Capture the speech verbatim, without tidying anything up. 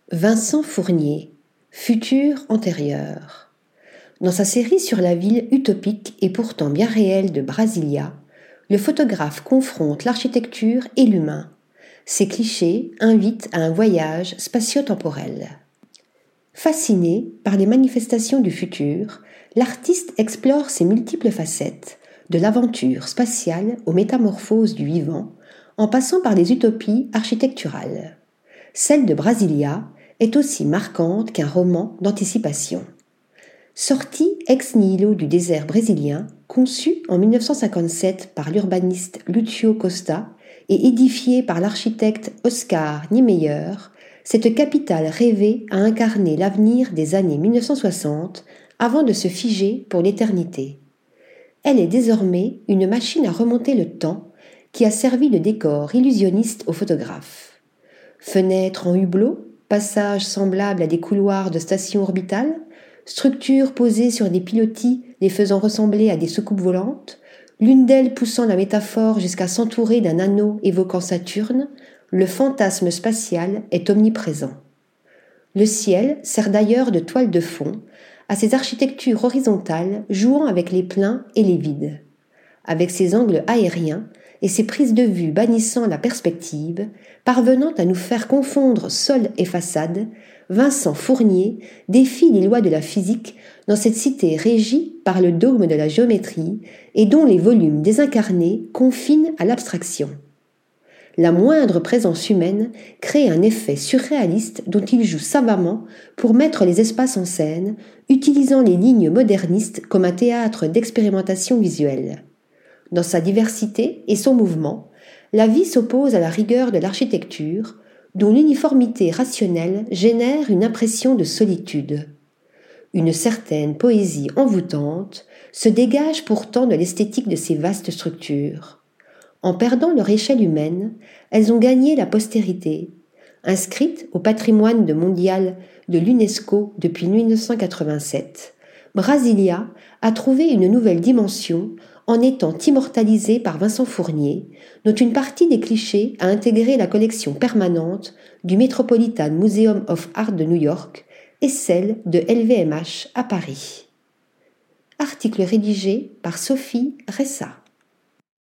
Vincent Fournier, Futur antérieur. Dans sa série sur la ville utopique et pourtant bien réelle de Brasilia, le photographe confronte l'architecture et l'humain. Ces clichés invitent à un voyage spatio-temporel. Fasciné par les manifestations du futur, l'artiste explore ses multiples facettes, de l'aventure spatiale aux métamorphoses du vivant, en passant par les utopies architecturales. Celle de Brasilia est aussi marquante qu'un roman d'anticipation. Sorti ex nihilo du désert brésilien, conçu en mille neuf cent cinquante-sept par l'urbaniste Lúcio Costa et édifié par l'architecte Oscar Niemeyer, cette capitale rêvée a incarné l'avenir des années mille neuf cent soixante avant de se figer pour l'éternité. Elle est désormais une machine à remonter le temps qui a servi de décor illusionniste aux photographes. Fenêtres en hublot, passages semblables à des couloirs de stations orbitales, structures posées sur des pilotis les faisant ressembler à des soucoupes volantes, l'une d'elles poussant la métaphore jusqu'à s'entourer d'un anneau évoquant Saturne, le fantasme spatial est omniprésent. Le ciel sert d'ailleurs de toile de fond à ces architectures horizontales jouant avec les pleins et les vides. Avec ses angles aériens et ses prises de vue bannissant la perspective, parvenant à nous faire confondre sol et façade, Vincent Fournier défie les lois de la physique dans cette cité régie par le dogme de la géométrie et dont les volumes désincarnés confinent à l'abstraction. La moindre présence humaine crée un effet surréaliste dont il joue savamment pour mettre les espaces en scène, utilisant les lignes modernistes comme un théâtre d'expérimentation visuelle. Dans sa diversité et son mouvement, la vie s'oppose à la rigueur de l'architecture, dont l'uniformité rationnelle génère une impression de solitude. Une certaine poésie envoûtante se dégage pourtant de l'esthétique de ces vastes structures. En perdant leur échelle humaine, elles ont gagné la postérité. Inscrites au patrimoine de mondial de l'UNESCO depuis mille neuf cent quatre-vingt-sept, Brasilia a trouvé une nouvelle dimension en étant immortalisée par Vincent Fournier, dont une partie des clichés a intégré la collection permanente du Metropolitan Museum of Art de New York et celle de L V M H à Paris. Article rédigé par Sophie Ressa.